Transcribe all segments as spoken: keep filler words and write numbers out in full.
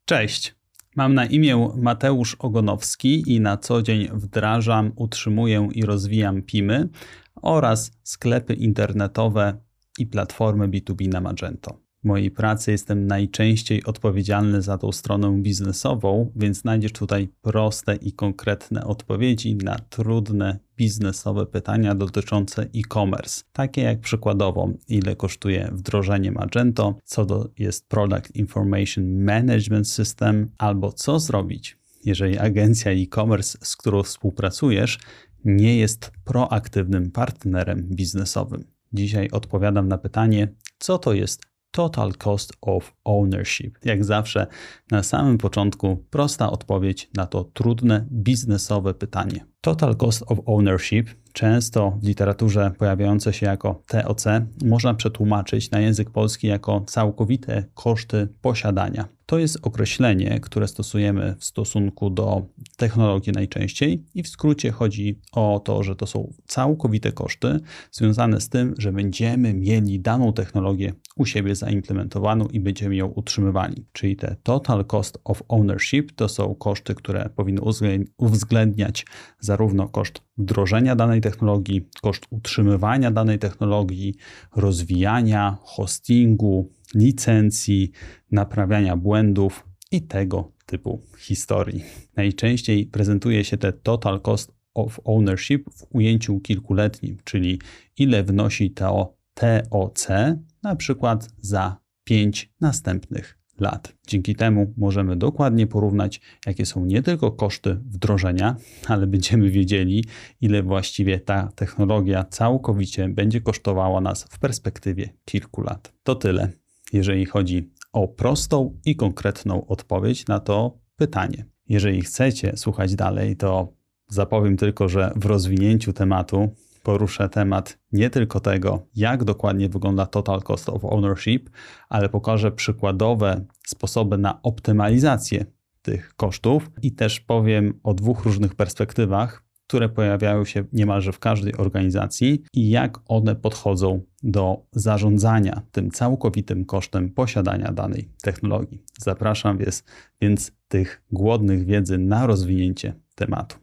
Cześć, mam na imię Mateusz Ogonowski i na co dzień wdrażam, utrzymuję i rozwijam Pimy oraz sklepy internetowe i platformy B dwa B na Magento. W mojej pracy jestem najczęściej odpowiedzialny za tą stronę biznesową, więc znajdziesz tutaj proste i konkretne odpowiedzi na trudne biznesowe pytania dotyczące e-commerce. Takie jak przykładowo, ile kosztuje wdrożenie Magento, co to jest Product Information Management System, albo co zrobić, jeżeli agencja e-commerce, z którą współpracujesz, nie jest proaktywnym partnerem biznesowym. Dzisiaj odpowiadam na pytanie, co to jest Total Cost of Ownership. Jak zawsze na samym początku prosta odpowiedź na to trudne biznesowe pytanie. Total Cost of Ownership, często w literaturze pojawiające się jako T O C, można przetłumaczyć na język polski jako całkowite koszty posiadania. To jest określenie, które stosujemy w stosunku do technologii najczęściej i w skrócie chodzi o to, że to są całkowite koszty związane z tym, że będziemy mieli daną technologię u siebie zaimplementowaną i będziemy ją utrzymywali. Czyli te Total Cost of Ownership to są koszty, które powinny uwzględniać zarówno koszt wdrożenia danej technologii, koszt utrzymywania danej technologii, rozwijania, hostingu, licencji, naprawiania błędów i tego typu historii. Najczęściej prezentuje się te Total Cost of Ownership w ujęciu kilkuletnim, czyli ile wnosi to T O C na przykład za pięć następnych lat. Dzięki temu możemy dokładnie porównać, jakie są nie tylko koszty wdrożenia, ale będziemy wiedzieli, ile właściwie ta technologia całkowicie będzie kosztowała nas w perspektywie kilku lat. To tyle, jeżeli chodzi o prostą i konkretną odpowiedź na to pytanie. Jeżeli chcecie słuchać dalej, to zapowiem tylko, że w rozwinięciu tematu poruszę temat nie tylko tego, jak dokładnie wygląda Total Cost of Ownership, ale pokażę przykładowe sposoby na optymalizację tych kosztów i też powiem o dwóch różnych perspektywach, które pojawiają się niemalże w każdej organizacji i jak one podchodzą do zarządzania tym całkowitym kosztem posiadania danej technologii. Zapraszam więc, więc tych głodnych wiedzy na rozwinięcie tematu.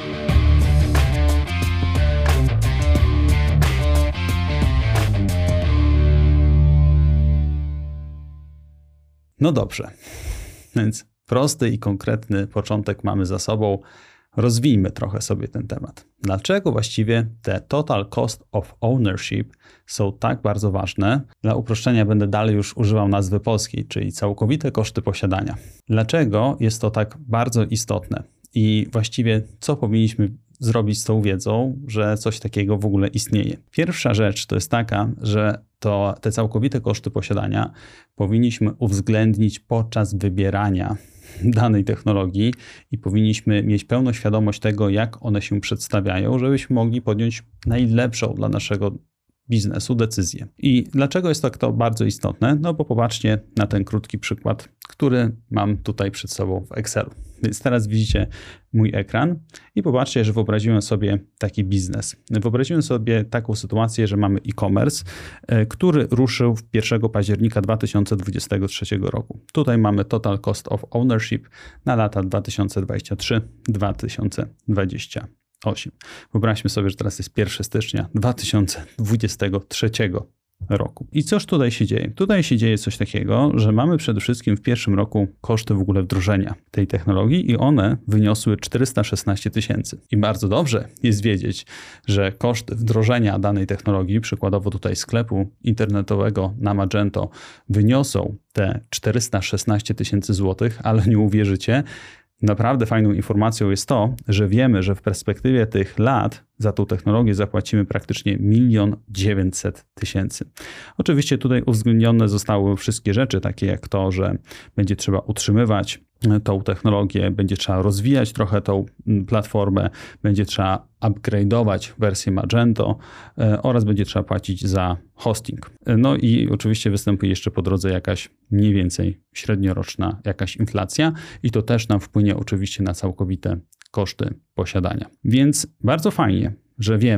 No dobrze, więc prosty i konkretny początek mamy za sobą. Rozwijmy trochę sobie ten temat. Dlaczego właściwie te Total Cost of Ownership są tak bardzo ważne? Dla uproszczenia będę dalej już używał nazwy polskiej, czyli całkowite koszty posiadania. Dlaczego jest to tak bardzo istotne? I właściwie co powinniśmy zrobić z tą wiedzą, że coś takiego w ogóle istnieje? Pierwsza rzecz to jest taka, że to te całkowite koszty posiadania powinniśmy uwzględnić podczas wybierania danej technologii i powinniśmy mieć pełną świadomość tego, jak one się przedstawiają, żebyśmy mogli podjąć najlepszą dla naszego biznesu decyzję. I dlaczego jest tak to bardzo istotne? No bo popatrzcie na ten krótki przykład, który mam tutaj przed sobą w Excelu. Więc teraz widzicie mój ekran i popatrzcie, że wyobraziłem sobie taki biznes. Wyobraziłem sobie taką sytuację, że mamy e-commerce, który ruszył pierwszego października dwa tysiące dwudziestego trzeciego roku. Tutaj mamy Total Cost of Ownership na lata dwa tysiące dwudziesty trzeci do dwa tysiące dwudziestego ósmego. Wyobraźmy sobie, że teraz jest pierwszego stycznia dwa tysiące dwudziestego trzeciego roku. I cóż tutaj się dzieje? Tutaj się dzieje coś takiego, że mamy przede wszystkim w pierwszym roku koszty w ogóle wdrożenia tej technologii i one wyniosły czterysta szesnaście tysięcy. I bardzo dobrze jest wiedzieć, że koszt wdrożenia danej technologii, przykładowo tutaj sklepu internetowego na Magento, wyniosą te czterysta szesnaście tysięcy złotych, ale nie uwierzycie, naprawdę fajną informacją jest to, że wiemy, że w perspektywie tych lat za tą technologię zapłacimy praktycznie milion dziewięćset tysięcy. Oczywiście tutaj uwzględnione zostały wszystkie rzeczy, takie jak to, że będzie trzeba utrzymywać tą technologię, będzie trzeba rozwijać trochę tą platformę, będzie trzeba upgrade'ować wersję Magento oraz będzie trzeba płacić za hosting. No i oczywiście występuje jeszcze po drodze jakaś mniej więcej średnioroczna jakaś inflacja i to też nam wpłynie oczywiście na całkowite koszty posiadania. Więc bardzo fajnie, że wiemy,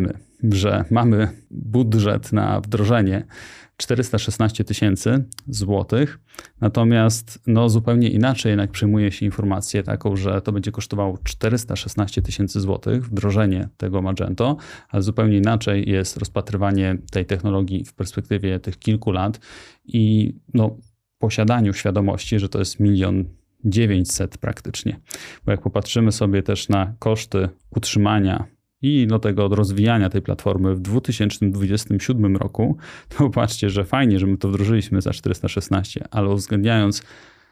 że mamy budżet na wdrożenie czterysta szesnaście tysięcy złotych, natomiast no, zupełnie inaczej jednak przyjmuje się informację taką, że to będzie kosztowało czterysta szesnaście tysięcy złotych wdrożenie tego Magento, ale zupełnie inaczej jest rozpatrywanie tej technologii w perspektywie tych kilku lat i no, posiadaniu świadomości, że to jest milion dziewięćset praktycznie. Bo jak popatrzymy sobie też na koszty utrzymania i do tego rozwijania tej platformy w dwa tysiące dwudziestym siódmym roku, to popatrzcie, że fajnie, że my to wdrożyliśmy za czterysta szesnaście, ale uwzględniając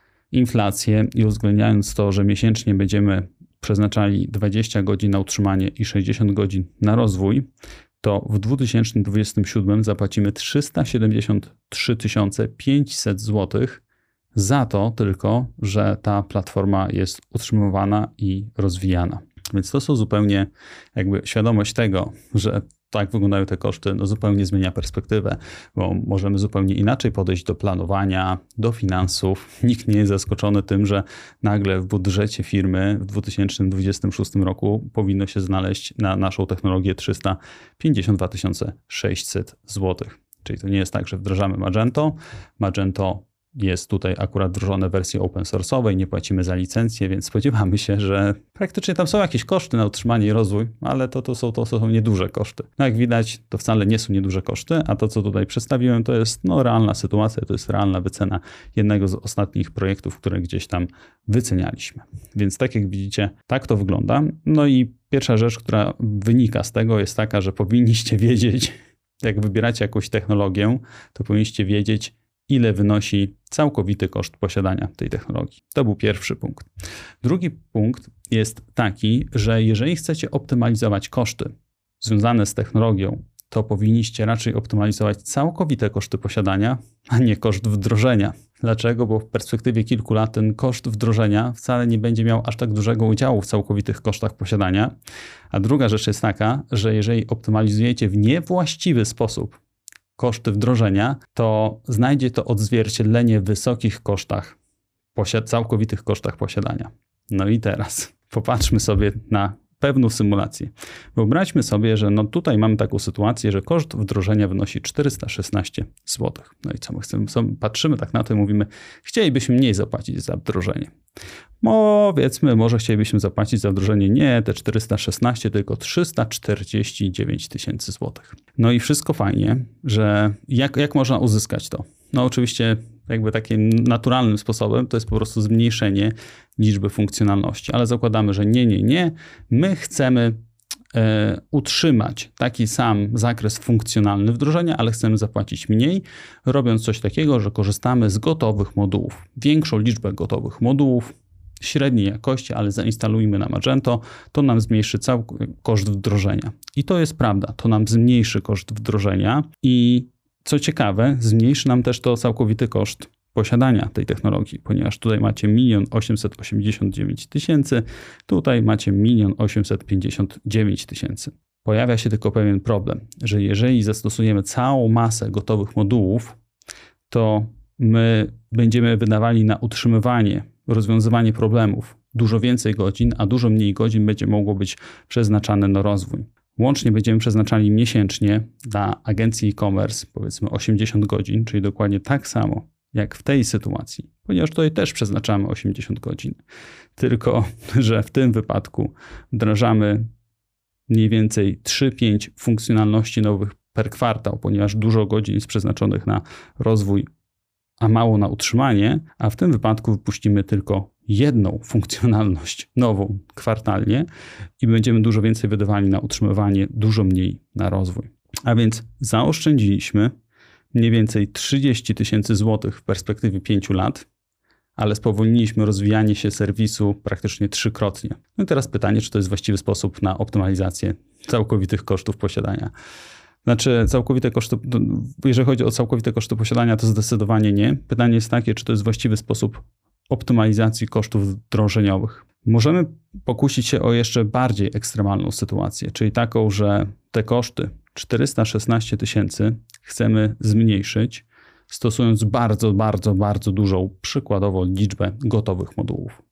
inflację i uwzględniając to, że miesięcznie będziemy przeznaczali dwadzieścia godzin na utrzymanie i sześćdziesiąt godzin na rozwój, to w dwa tysiące dwudziestym siódmym zapłacimy trzysta siedemdziesiąt trzy tysiące pięćset złotych za to tylko, że ta platforma jest utrzymywana i rozwijana. Więc to są zupełnie jakby świadomość tego, że tak wyglądają te koszty, no zupełnie zmienia perspektywę, bo możemy zupełnie inaczej podejść do planowania, do finansów. Nikt nie jest zaskoczony tym, że nagle w budżecie firmy w dwa tysiące dwudziestym szóstym roku powinno się znaleźć na naszą technologię trzysta pięćdziesiąt dwa tysiące sześćset złotych. Czyli to nie jest tak, że wdrażamy Magento. Magento jest tutaj akurat wdrożone w wersji open source'owej, nie płacimy za licencję, więc spodziewamy się, że praktycznie tam są jakieś koszty na utrzymanie i rozwój, ale to, to, są, to są nieduże koszty. No jak widać, to wcale nie są nieduże koszty, a to, co tutaj przedstawiłem, to jest no, realna sytuacja, to jest realna wycena jednego z ostatnich projektów, które gdzieś tam wycenialiśmy. Więc tak jak widzicie, tak to wygląda. No i pierwsza rzecz, która wynika z tego, jest taka, że powinniście wiedzieć, jak wybieracie jakąś technologię, to powinniście wiedzieć, ile wynosi całkowity koszt posiadania tej technologii. To był pierwszy punkt. Drugi punkt jest taki, że jeżeli chcecie optymalizować koszty związane z technologią, to powinniście raczej optymalizować całkowite koszty posiadania, a nie koszt wdrożenia. Dlaczego? Bo w perspektywie kilku lat ten koszt wdrożenia wcale nie będzie miał aż tak dużego udziału w całkowitych kosztach posiadania. A druga rzecz jest taka, że jeżeli optymalizujecie w niewłaściwy sposób koszty wdrożenia, to znajdzie to odzwierciedlenie w wysokich kosztach, posiad- całkowitych kosztach posiadania. No i teraz popatrzmy sobie na pewną symulację. Wyobraźmy sobie, że no tutaj mamy taką sytuację, że koszt wdrożenia wynosi czterysta szesnaście złotych. No i co my chcemy? Patrzymy tak na to i mówimy, chcielibyśmy mniej zapłacić za wdrożenie. Powiedzmy, może chcielibyśmy zapłacić za wdrożenie nie te czterysta szesnaście, tylko trzysta czterdzieści dziewięć tysięcy złotych. No i wszystko fajnie, że jak, jak można uzyskać to? No oczywiście jakby takim naturalnym sposobem to jest po prostu zmniejszenie liczby funkcjonalności, ale zakładamy, że nie, nie, nie. My chcemy e, utrzymać taki sam zakres funkcjonalny wdrożenia, ale chcemy zapłacić mniej, robiąc coś takiego, że korzystamy z gotowych modułów. Większą liczbę gotowych modułów, średniej jakości, ale zainstalujmy na Magento, to nam zmniejszy cały koszt wdrożenia. I to jest prawda, to nam zmniejszy koszt wdrożenia i co ciekawe, zmniejszy nam też to całkowity koszt posiadania tej technologii, ponieważ tutaj macie milion osiemset osiemdziesiąt dziewięć tysięcy, tutaj macie milion osiemset pięćdziesiąt dziewięć tysięcy. Pojawia się tylko pewien problem, że jeżeli zastosujemy całą masę gotowych modułów, to my będziemy wydawali na utrzymywanie, rozwiązywanie problemów dużo więcej godzin, a dużo mniej godzin będzie mogło być przeznaczane na rozwój. Łącznie będziemy przeznaczali miesięcznie dla agencji e-commerce powiedzmy osiemdziesiąt godzin, czyli dokładnie tak samo jak w tej sytuacji, ponieważ tutaj też przeznaczamy osiemdziesiąt godzin. Tylko że w tym wypadku wdrażamy mniej więcej trzy pięć funkcjonalności nowych per kwartał, ponieważ dużo godzin jest przeznaczonych na rozwój, a mało na utrzymanie, a w tym wypadku wypuścimy tylko jedną funkcjonalność nową kwartalnie i będziemy dużo więcej wydawali na utrzymywanie, dużo mniej na rozwój. A więc zaoszczędziliśmy mniej więcej trzydzieści tysięcy złotych w perspektywie pięciu lat, ale spowolniliśmy rozwijanie się serwisu praktycznie trzykrotnie. No i teraz pytanie, czy to jest właściwy sposób na optymalizację całkowitych kosztów posiadania. Znaczy całkowite koszty, jeżeli chodzi o całkowite koszty posiadania, to zdecydowanie nie. Pytanie jest takie, czy to jest właściwy sposób optymalizacji kosztów wdrożeniowych. Możemy pokusić się o jeszcze bardziej ekstremalną sytuację, czyli taką, że te koszty czterysta szesnaście tysięcy chcemy zmniejszyć, stosując bardzo, bardzo, bardzo dużą przykładowo liczbę gotowych modułów.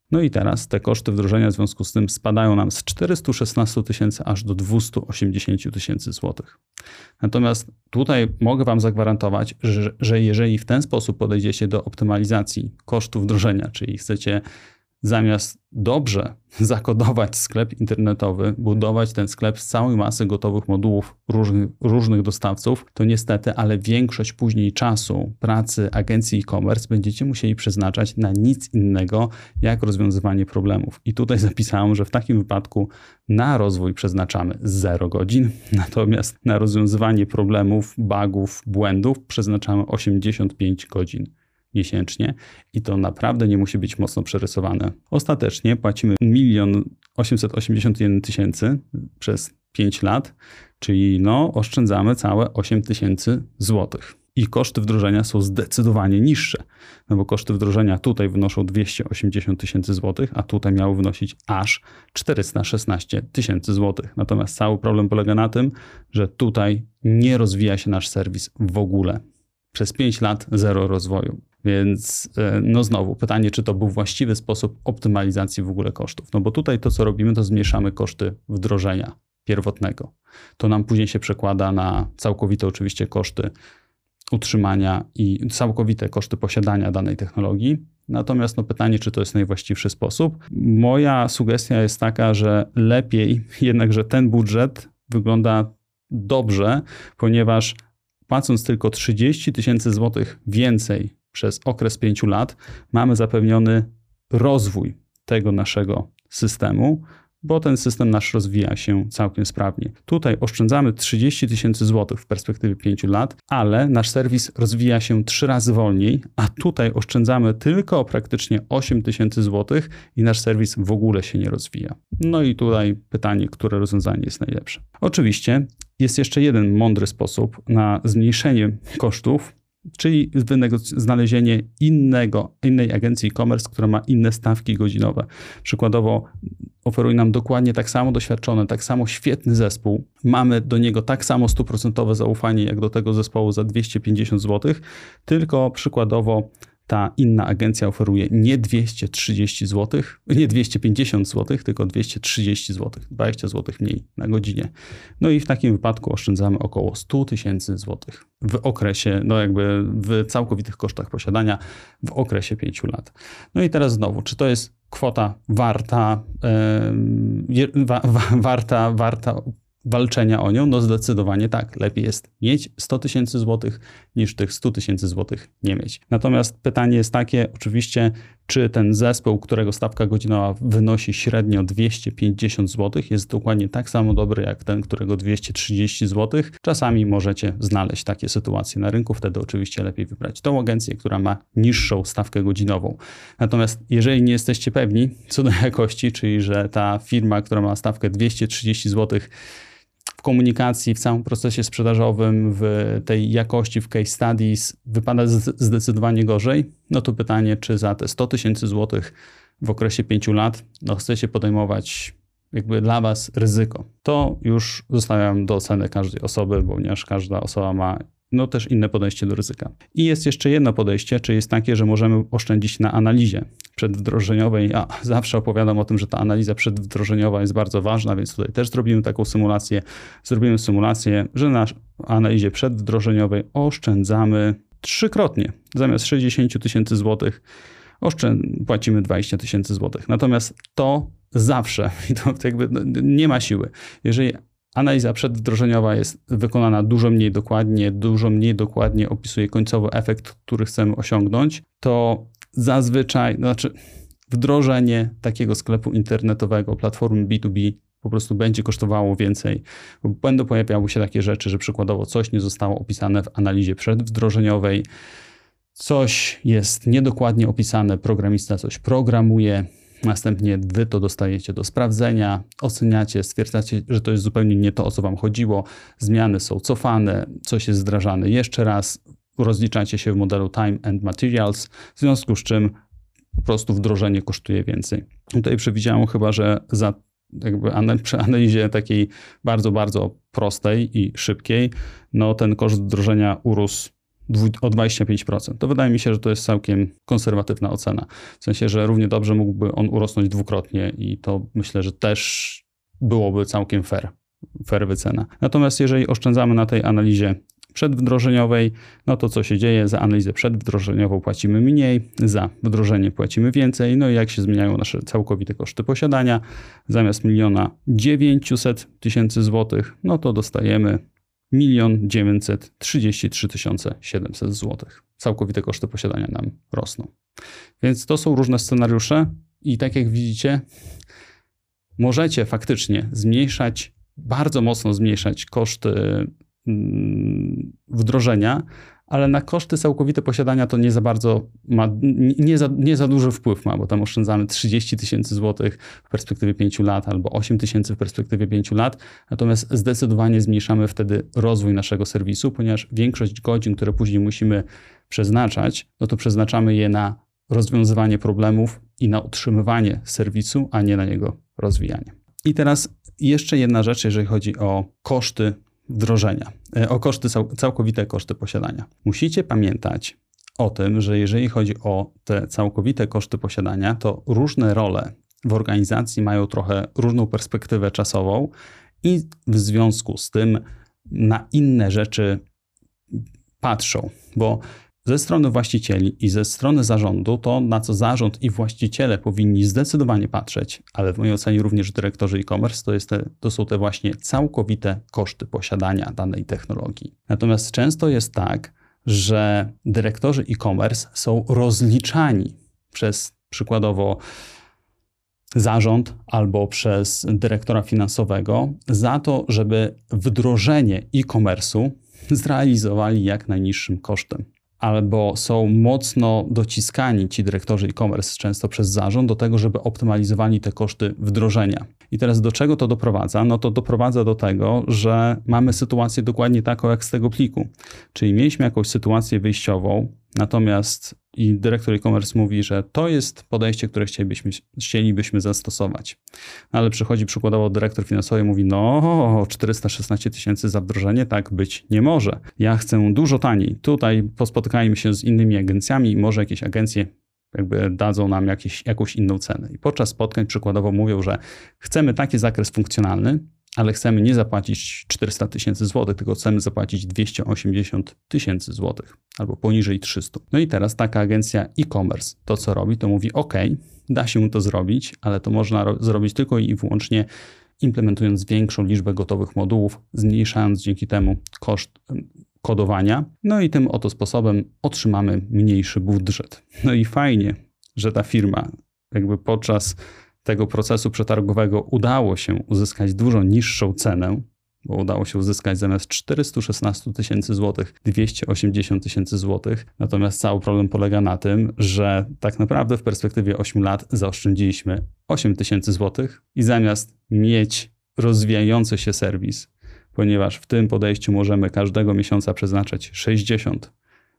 No i teraz te koszty wdrożenia w związku z tym spadają nam z czterystu szesnastu tysięcy aż do dwustu osiemdziesięciu tysięcy złotych. Natomiast tutaj mogę Wam zagwarantować, że, że jeżeli w ten sposób podejdziecie do optymalizacji kosztów wdrożenia, czyli chcecie zamiast dobrze zakodować sklep internetowy, budować ten sklep z całej masy gotowych modułów różnych, różnych dostawców, to niestety, ale większość później czasu pracy agencji e-commerce będziecie musieli przeznaczać na nic innego, jak rozwiązywanie problemów. I tutaj zapisałem, że w takim wypadku na rozwój przeznaczamy zero godzin, natomiast na rozwiązywanie problemów, bugów, błędów przeznaczamy osiemdziesiąt pięć godzin miesięcznie i to naprawdę nie musi być mocno przerysowane. Ostatecznie płacimy milion osiemset osiemdziesiąt jeden tysięcy przez pięć lat, czyli no oszczędzamy całe osiem tysięcy złotych. I koszty wdrożenia są zdecydowanie niższe, no bo koszty wdrożenia tutaj wynoszą dwieście osiemdziesiąt tysięcy złotych, a tutaj miały wynosić aż czterysta szesnaście tysięcy złotych. Natomiast cały problem polega na tym, że tutaj nie rozwija się nasz serwis w ogóle. Przez pięć lat zero rozwoju. Więc no znowu pytanie, czy to był właściwy sposób optymalizacji w ogóle kosztów. No bo tutaj to, co robimy, to zmniejszamy koszty wdrożenia pierwotnego. To nam później się przekłada na całkowite oczywiście koszty utrzymania i całkowite koszty posiadania danej technologii. Natomiast no pytanie, czy to jest najwłaściwszy sposób. Moja sugestia jest taka, że lepiej jednak, że ten budżet wygląda dobrze, ponieważ płacąc tylko trzydzieści tysięcy złotych więcej przez okres pięciu lat, mamy zapewniony rozwój tego naszego systemu, bo ten system nasz rozwija się całkiem sprawnie. Tutaj oszczędzamy trzydzieści tysięcy złotych w perspektywie pięciu lat, ale nasz serwis rozwija się trzy razy wolniej, a tutaj oszczędzamy tylko praktycznie osiem tysięcy złotych i nasz serwis w ogóle się nie rozwija. No i tutaj pytanie, które rozwiązanie jest najlepsze. Oczywiście jest jeszcze jeden mądry sposób na zmniejszenie kosztów, czyli znalezienie innego, innej agencji e-commerce, która ma inne stawki godzinowe. Przykładowo oferuje nam dokładnie tak samo doświadczony, tak samo świetny zespół. Mamy do niego tak samo stuprocentowe zaufanie jak do tego zespołu za dwieście pięćdziesiąt złotych, tylko przykładowo ta inna agencja oferuje nie dwieście trzydzieści złotych, nie dwieście pięćdziesiąt złotych, tylko dwieście trzydzieści złotych, dwadzieścia złotych mniej na godzinie. No i w takim wypadku oszczędzamy około sto tysięcy złotych w okresie, no jakby w całkowitych kosztach posiadania w okresie pięciu lat. No i teraz znowu, czy to jest kwota warta, yy, wa, wa, warta, warta walczenia o nią? No zdecydowanie tak. Lepiej jest mieć sto tysięcy złotych niż tych sto tysięcy złotych nie mieć. Natomiast pytanie jest takie, oczywiście, czy ten zespół, którego stawka godzinowa wynosi średnio dwieście pięćdziesiąt złotych, jest dokładnie tak samo dobry jak ten, którego dwieście trzydzieści złotych. Czasami możecie znaleźć takie sytuacje na rynku, wtedy oczywiście lepiej wybrać tą agencję, która ma niższą stawkę godzinową. Natomiast jeżeli nie jesteście pewni co do jakości, czyli że ta firma, która ma stawkę dwieście trzydzieści złotych, w komunikacji, w całym procesie sprzedażowym, w tej jakości, w case studies wypada zdecydowanie gorzej, no to pytanie, czy za te sto tysięcy złotych w okresie pięciu lat no chcecie podejmować jakby dla was ryzyko. To już zostawiam do oceny każdej osoby, ponieważ każda osoba ma no też inne podejście do ryzyka. I jest jeszcze jedno podejście, czyli jest takie, że możemy oszczędzić na analizie przedwdrożeniowej. Ja zawsze opowiadam o tym, że ta analiza przedwdrożeniowa jest bardzo ważna, więc tutaj też zrobimy taką symulację. Zrobimy symulację, że na analizie przedwdrożeniowej oszczędzamy trzykrotnie. Zamiast sześćdziesiąt tysięcy złotych oszczęd- płacimy dwadzieścia tysięcy złotych. Natomiast to zawsze, i to jakby nie ma siły. Jeżeli analiza przedwdrożeniowa jest wykonana dużo mniej dokładnie, dużo mniej dokładnie opisuje końcowy efekt, który chcemy osiągnąć, to zazwyczaj, znaczy wdrożenie takiego sklepu internetowego, platformy B dwa B po prostu będzie kosztowało więcej. Będą pojawiały się takie rzeczy, że przykładowo coś nie zostało opisane w analizie przedwdrożeniowej, coś jest niedokładnie opisane, programista coś programuje, następnie wy to dostajecie do sprawdzenia, oceniacie, stwierdzacie, że to jest zupełnie nie to, o co wam chodziło, zmiany są cofane, coś jest wdrażane jeszcze raz, rozliczacie się w modelu Time and Materials, w związku z czym po prostu wdrożenie kosztuje więcej. Tutaj przewidziałem chyba, że za jakby przy analizie takiej bardzo, bardzo prostej i szybkiej, no ten koszt wdrożenia urósł o dwadzieścia pięć procent. To wydaje mi się, że to jest całkiem konserwatywna ocena. W sensie, że równie dobrze mógłby on urosnąć dwukrotnie i to myślę, że też byłoby całkiem fair, fair wycena. Natomiast jeżeli oszczędzamy na tej analizie przedwdrożeniowej, no to co się dzieje? Za analizę przedwdrożeniową płacimy mniej, za wdrożenie płacimy więcej, no i jak się zmieniają nasze całkowite koszty posiadania, zamiast miliona dziewięćset tysięcy złotych, no to dostajemy milion dziewięćset trzydzieści trzy tysiące siedemset złotych. Całkowite koszty posiadania nam rosną. Więc to są różne scenariusze i tak jak widzicie, możecie faktycznie zmniejszać, bardzo mocno zmniejszać koszty wdrożenia, ale na koszty całkowite posiadania to nie za bardzo ma, nie za, nie za duży wpływ ma, bo tam oszczędzamy trzydzieści tysięcy złotych w perspektywie pięciu lat albo osiem tysięcy w perspektywie pięciu lat, natomiast zdecydowanie zmniejszamy wtedy rozwój naszego serwisu, ponieważ większość godzin, które później musimy przeznaczać, no to przeznaczamy je na rozwiązywanie problemów i na utrzymywanie serwisu, a nie na jego rozwijanie. I teraz jeszcze jedna rzecz, jeżeli chodzi o koszty wdrożenia, o koszty, całkowite koszty posiadania. Musicie pamiętać o tym, że jeżeli chodzi o te całkowite koszty posiadania, to różne role w organizacji mają trochę różną perspektywę czasową i w związku z tym na inne rzeczy patrzą, bo ze strony właścicieli i ze strony zarządu to, na co zarząd i właściciele powinni zdecydowanie patrzeć, ale w mojej ocenie również dyrektorzy e-commerce, to, jest te, to są te właśnie całkowite koszty posiadania danej technologii. Natomiast często jest tak, że dyrektorzy e-commerce są rozliczani przez przykładowo zarząd albo przez dyrektora finansowego za to, żeby wdrożenie e-commerce'u zrealizowali jak najniższym kosztem. Albo są mocno dociskani ci dyrektorzy e-commerce często przez zarząd do tego, żeby optymalizowali te koszty wdrożenia. I teraz do czego to doprowadza? No to doprowadza do tego, że mamy sytuację dokładnie taką jak z tego pliku. Czyli mieliśmy jakąś sytuację wyjściową, natomiast i dyrektor e-commerce mówi, że to jest podejście, które chcielibyśmy, chcielibyśmy zastosować. No ale przychodzi przykładowo dyrektor finansowy i mówi, no czterysta szesnaście tysięcy za wdrożenie, tak być nie może. Ja chcę dużo taniej. Tutaj pospotkajmy się z innymi agencjami i może jakieś agencje jakby dadzą nam jakieś, jakąś inną cenę. I podczas spotkań przykładowo mówią, że chcemy taki zakres funkcjonalny, ale chcemy nie zapłacić czterysta tysięcy złotych, tylko chcemy zapłacić dwieście osiemdziesiąt tysięcy złotych albo poniżej trzysta. No i teraz taka agencja e-commerce to co robi, to mówi ok, da się to zrobić, ale to można ro- zrobić tylko i wyłącznie implementując większą liczbę gotowych modułów, zmniejszając dzięki temu koszt kodowania. No i tym oto sposobem otrzymamy mniejszy budżet. No i fajnie, że ta firma jakby podczas tego procesu przetargowego udało się uzyskać dużo niższą cenę, bo udało się uzyskać zamiast czterysta szesnaście tysięcy złotych dwieście osiemdziesiąt tysięcy złotych. Natomiast cały problem polega na tym, że tak naprawdę w perspektywie ośmiu lat zaoszczędziliśmy osiem tysięcy złotych i zamiast mieć rozwijający się serwis, ponieważ w tym podejściu możemy każdego miesiąca przeznaczać sześćdziesiąt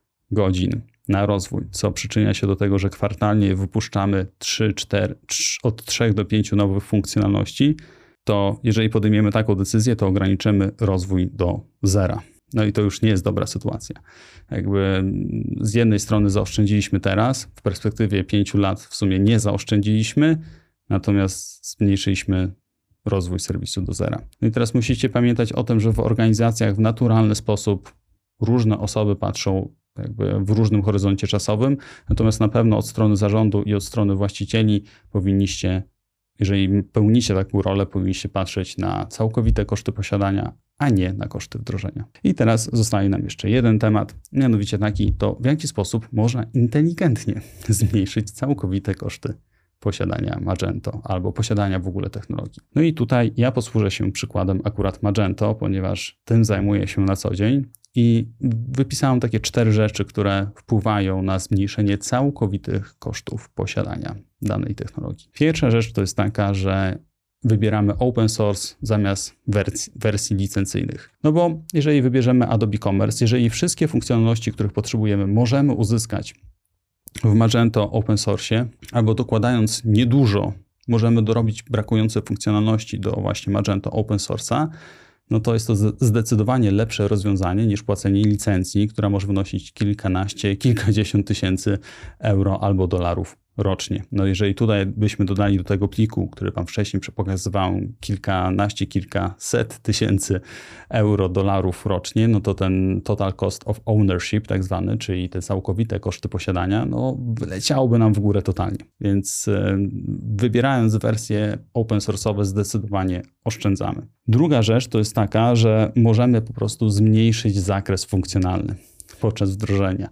godzin na rozwój, co przyczynia się do tego, że kwartalnie wypuszczamy trzy, cztery, od trzech do pięciu nowych funkcjonalności, to jeżeli podejmiemy taką decyzję, to ograniczymy rozwój do zera. No i to już nie jest dobra sytuacja. Jakby z jednej strony zaoszczędziliśmy teraz, w perspektywie pięciu lat w sumie nie zaoszczędziliśmy, natomiast zmniejszyliśmy rozwój serwisu do zera. No i teraz musicie pamiętać o tym, że w organizacjach w naturalny sposób różne osoby patrzą jakby w różnym horyzoncie czasowym, natomiast na pewno od strony zarządu i od strony właścicieli powinniście, jeżeli pełnicie taką rolę, powinniście patrzeć na całkowite koszty posiadania, a nie na koszty wdrożenia. I teraz zostaje nam jeszcze jeden temat, mianowicie taki, to w jaki sposób można inteligentnie zmniejszyć całkowite koszty posiadania Magento albo posiadania w ogóle technologii. No i tutaj ja posłużę się przykładem akurat Magento, ponieważ tym zajmuję się na co dzień i wypisałem takie cztery rzeczy, które wpływają na zmniejszenie całkowitych kosztów posiadania danej technologii. Pierwsza rzecz to jest taka, że wybieramy open source zamiast wersji, wersji licencyjnych. No bo jeżeli wybierzemy Adobe Commerce, jeżeli wszystkie funkcjonalności, których potrzebujemy, możemy uzyskać w Magento open source, albo dokładając niedużo możemy dorobić brakujące funkcjonalności do właśnie Magento open source'a, no to jest to zdecydowanie lepsze rozwiązanie niż płacenie licencji, która może wynosić kilkanaście, kilkadziesiąt tysięcy euro albo dolarów rocznie. No jeżeli tutaj byśmy dodali do tego pliku, który wam wcześniej pokazywałem, kilkanaście, kilkaset tysięcy euro, dolarów rocznie, no to ten total cost of ownership tak zwany, czyli te całkowite koszty posiadania, no wyleciałoby nam w górę totalnie. Więc e, wybierając wersje open source'owe zdecydowanie oszczędzamy. Druga rzecz to jest taka, że możemy po prostu zmniejszyć zakres funkcjonalny podczas wdrożenia.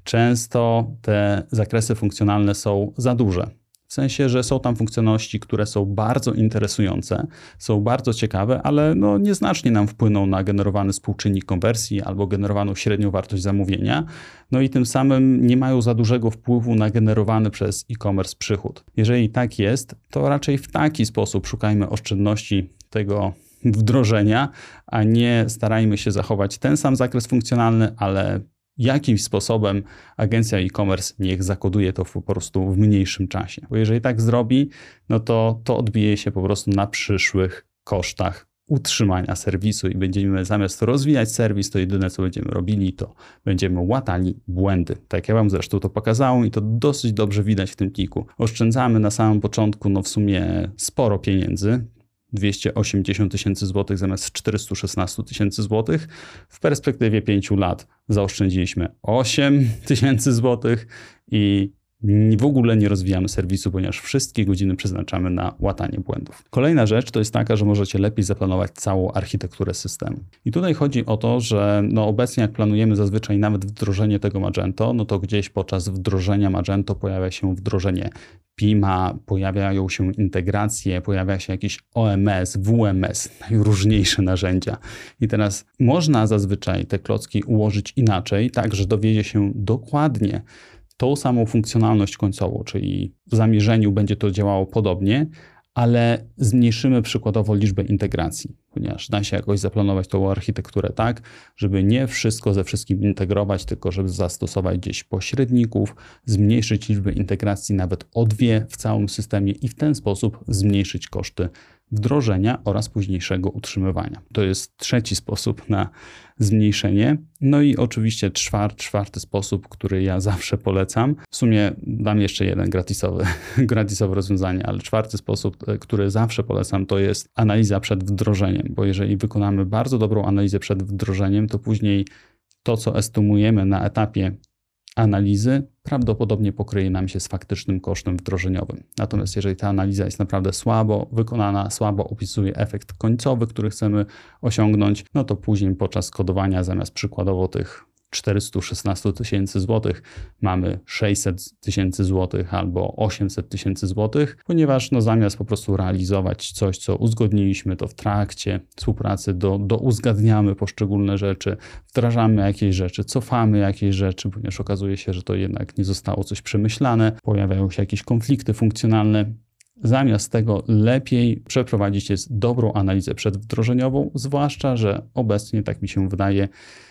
Często te zakresy funkcjonalne są za duże. W sensie, że są tam funkcjonalności, które są bardzo interesujące, są bardzo ciekawe, ale no nieznacznie nam wpłyną na generowany współczynnik konwersji albo generowaną średnią wartość zamówienia. No i tym samym nie mają za dużego wpływu na generowany przez e-commerce przychód. Jeżeli tak jest, to raczej w taki sposób szukajmy oszczędności tego wdrożenia, a nie starajmy się zachować ten sam zakres funkcjonalny, ale jakimś sposobem agencja e-commerce niech zakoduje to po prostu w mniejszym czasie. Bo jeżeli tak zrobi, no to to odbije się po prostu na przyszłych kosztach utrzymania serwisu i będziemy zamiast rozwijać serwis, to jedyne co będziemy robili, to będziemy łatali błędy. Tak jak wam zresztą to pokazałem i to dosyć dobrze widać w tym pliku. Oszczędzamy na samym początku no w sumie sporo pieniędzy, dwieście osiemdziesiąt tysięcy złotych zamiast czterysta szesnaście tysięcy złotych. W perspektywie pięciu lat zaoszczędziliśmy osiem tysięcy złotych i w ogóle nie rozwijamy serwisu, ponieważ wszystkie godziny przeznaczamy na łatanie błędów. Kolejna rzecz to jest taka, że możecie lepiej zaplanować całą architekturę systemu. I tutaj chodzi o to, że no obecnie jak planujemy zazwyczaj nawet wdrożenie tego Magento, no to gdzieś podczas wdrożenia Magento pojawia się wdrożenie P I M a, pojawiają się integracje, pojawia się jakiś O M S, W M S, najróżniejsze narzędzia. I teraz można zazwyczaj te klocki ułożyć inaczej, tak, że dowiedzie się dokładnie tą samą funkcjonalność końcową, czyli w zamierzeniu będzie to działało podobnie, ale zmniejszymy przykładowo liczbę integracji, ponieważ da się jakoś zaplanować tą architekturę tak, żeby nie wszystko ze wszystkim integrować, tylko żeby zastosować gdzieś pośredników, zmniejszyć liczbę integracji nawet o dwie w całym systemie i w ten sposób zmniejszyć koszty wdrożenia oraz późniejszego utrzymywania. To jest trzeci sposób na zmniejszenie. No i oczywiście czwart, czwarty sposób, który ja zawsze polecam. W sumie dam jeszcze jeden gratisowy, gratisowe rozwiązanie, ale czwarty sposób, który zawsze polecam, to jest analiza przed wdrożeniem, bo jeżeli wykonamy bardzo dobrą analizę przed wdrożeniem, to później to, co estymujemy na etapie analizy, prawdopodobnie pokryje nam się z faktycznym kosztem wdrożeniowym. Natomiast jeżeli ta analiza jest naprawdę słabo wykonana, słabo opisuje efekt końcowy, który chcemy osiągnąć, no to później podczas kodowania zamiast przykładowo tych czterysta szesnaście tysięcy złotych mamy sześćset tysięcy złotych albo osiemset tysięcy złotych, ponieważ no zamiast po prostu realizować coś, co uzgodniliśmy, to w trakcie współpracy do, do uzgadniamy poszczególne rzeczy, wdrażamy jakieś rzeczy, cofamy jakieś rzeczy, ponieważ okazuje się, że to jednak nie zostało coś przemyślane, pojawiają się jakieś konflikty funkcjonalne. Zamiast tego lepiej przeprowadzić jest dobrą analizę przedwdrożeniową, zwłaszcza, że obecnie, tak mi się wydaje,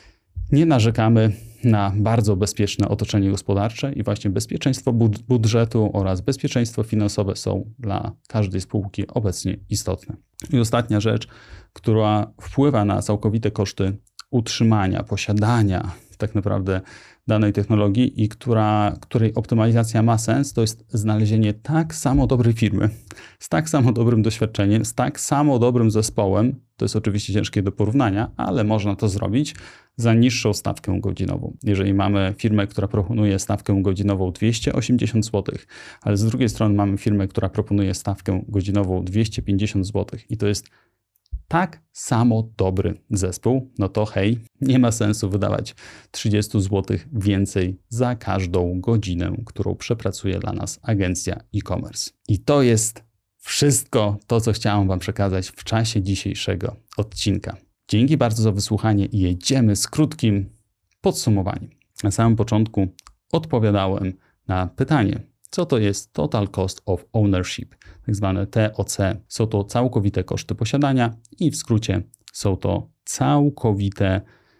nie narzekamy na bardzo bezpieczne otoczenie gospodarcze i właśnie bezpieczeństwo budżetu oraz bezpieczeństwo finansowe są dla każdej spółki obecnie istotne. I ostatnia rzecz, która wpływa na całkowite koszty utrzymania, posiadania tak naprawdę danej technologii i która, której optymalizacja ma sens, to jest znalezienie tak samo dobrej firmy, z tak samo dobrym doświadczeniem, z tak samo dobrym zespołem, to jest oczywiście ciężkie do porównania, ale można to zrobić za niższą stawkę godzinową. Jeżeli mamy firmę, która proponuje stawkę godzinową dwieście osiemdziesiąt złotych, ale z drugiej strony mamy firmę, która proponuje stawkę godzinową dwieście pięćdziesiąt złotych i to jest tak samo dobry zespół, no to hej, nie ma sensu wydawać trzydzieści złotych więcej za każdą godzinę, którą przepracuje dla nas agencja e-commerce. I to jest wszystko to, co chciałem wam przekazać w czasie dzisiejszego odcinka. Dzięki bardzo za wysłuchanie i jedziemy z krótkim podsumowaniem. Na samym początku odpowiadałem na pytanie, co to jest Total Cost of Ownership, tak zwane T O C. Są to całkowite koszty posiadania i w skrócie są to całkowite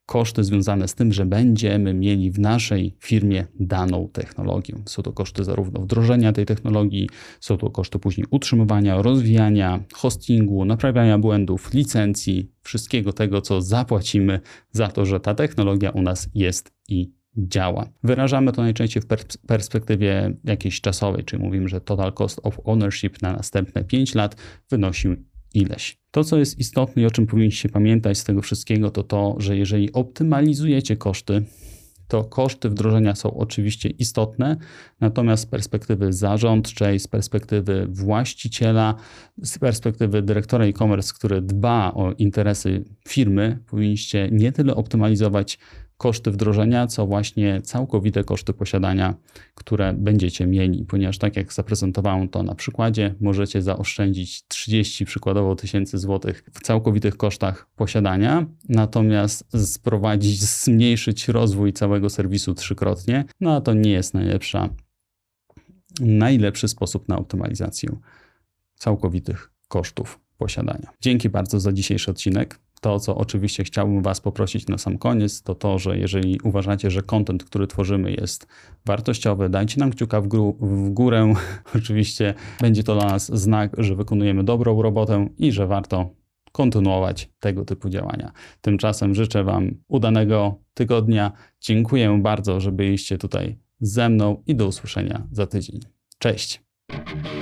koszty związane z tym, że będziemy mieli w naszej firmie daną technologię. Są to koszty zarówno wdrożenia tej technologii, są to koszty później utrzymywania, rozwijania, hostingu, naprawiania błędów, licencji, wszystkiego tego, co zapłacimy za to, że ta technologia u nas jest i działa. Wyrażamy to najczęściej w pers- perspektywie jakiejś czasowej, czyli mówimy, że total cost of ownership na następne pięć lat wynosi ileś. To, co jest istotne i o czym powinniście pamiętać z tego wszystkiego, to to, że jeżeli optymalizujecie koszty, to koszty wdrożenia są oczywiście istotne, natomiast z perspektywy zarządczej, z perspektywy właściciela, z perspektywy dyrektora e-commerce, który dba o interesy firmy, powinniście nie tyle optymalizować koszty wdrożenia, co właśnie całkowite koszty posiadania, które będziecie mieli, ponieważ tak jak zaprezentowałem to na przykładzie, możecie zaoszczędzić trzydzieści przykładowo tysięcy złotych w całkowitych kosztach posiadania, natomiast sprowadzić, zmniejszyć rozwój całego serwisu trzykrotnie, no a to nie jest najlepsza, najlepszy sposób na optymalizację całkowitych kosztów posiadania. Dzięki bardzo za dzisiejszy odcinek. To, co oczywiście chciałbym Was poprosić na sam koniec, to to, że jeżeli uważacie, że content, który tworzymy, jest wartościowy, dajcie nam kciuka w, gru, w górę. Oczywiście będzie to dla nas znak, że wykonujemy dobrą robotę i że warto kontynuować tego typu działania. Tymczasem życzę Wam udanego tygodnia. Dziękuję bardzo, że byliście tutaj ze mną i do usłyszenia za tydzień. Cześć!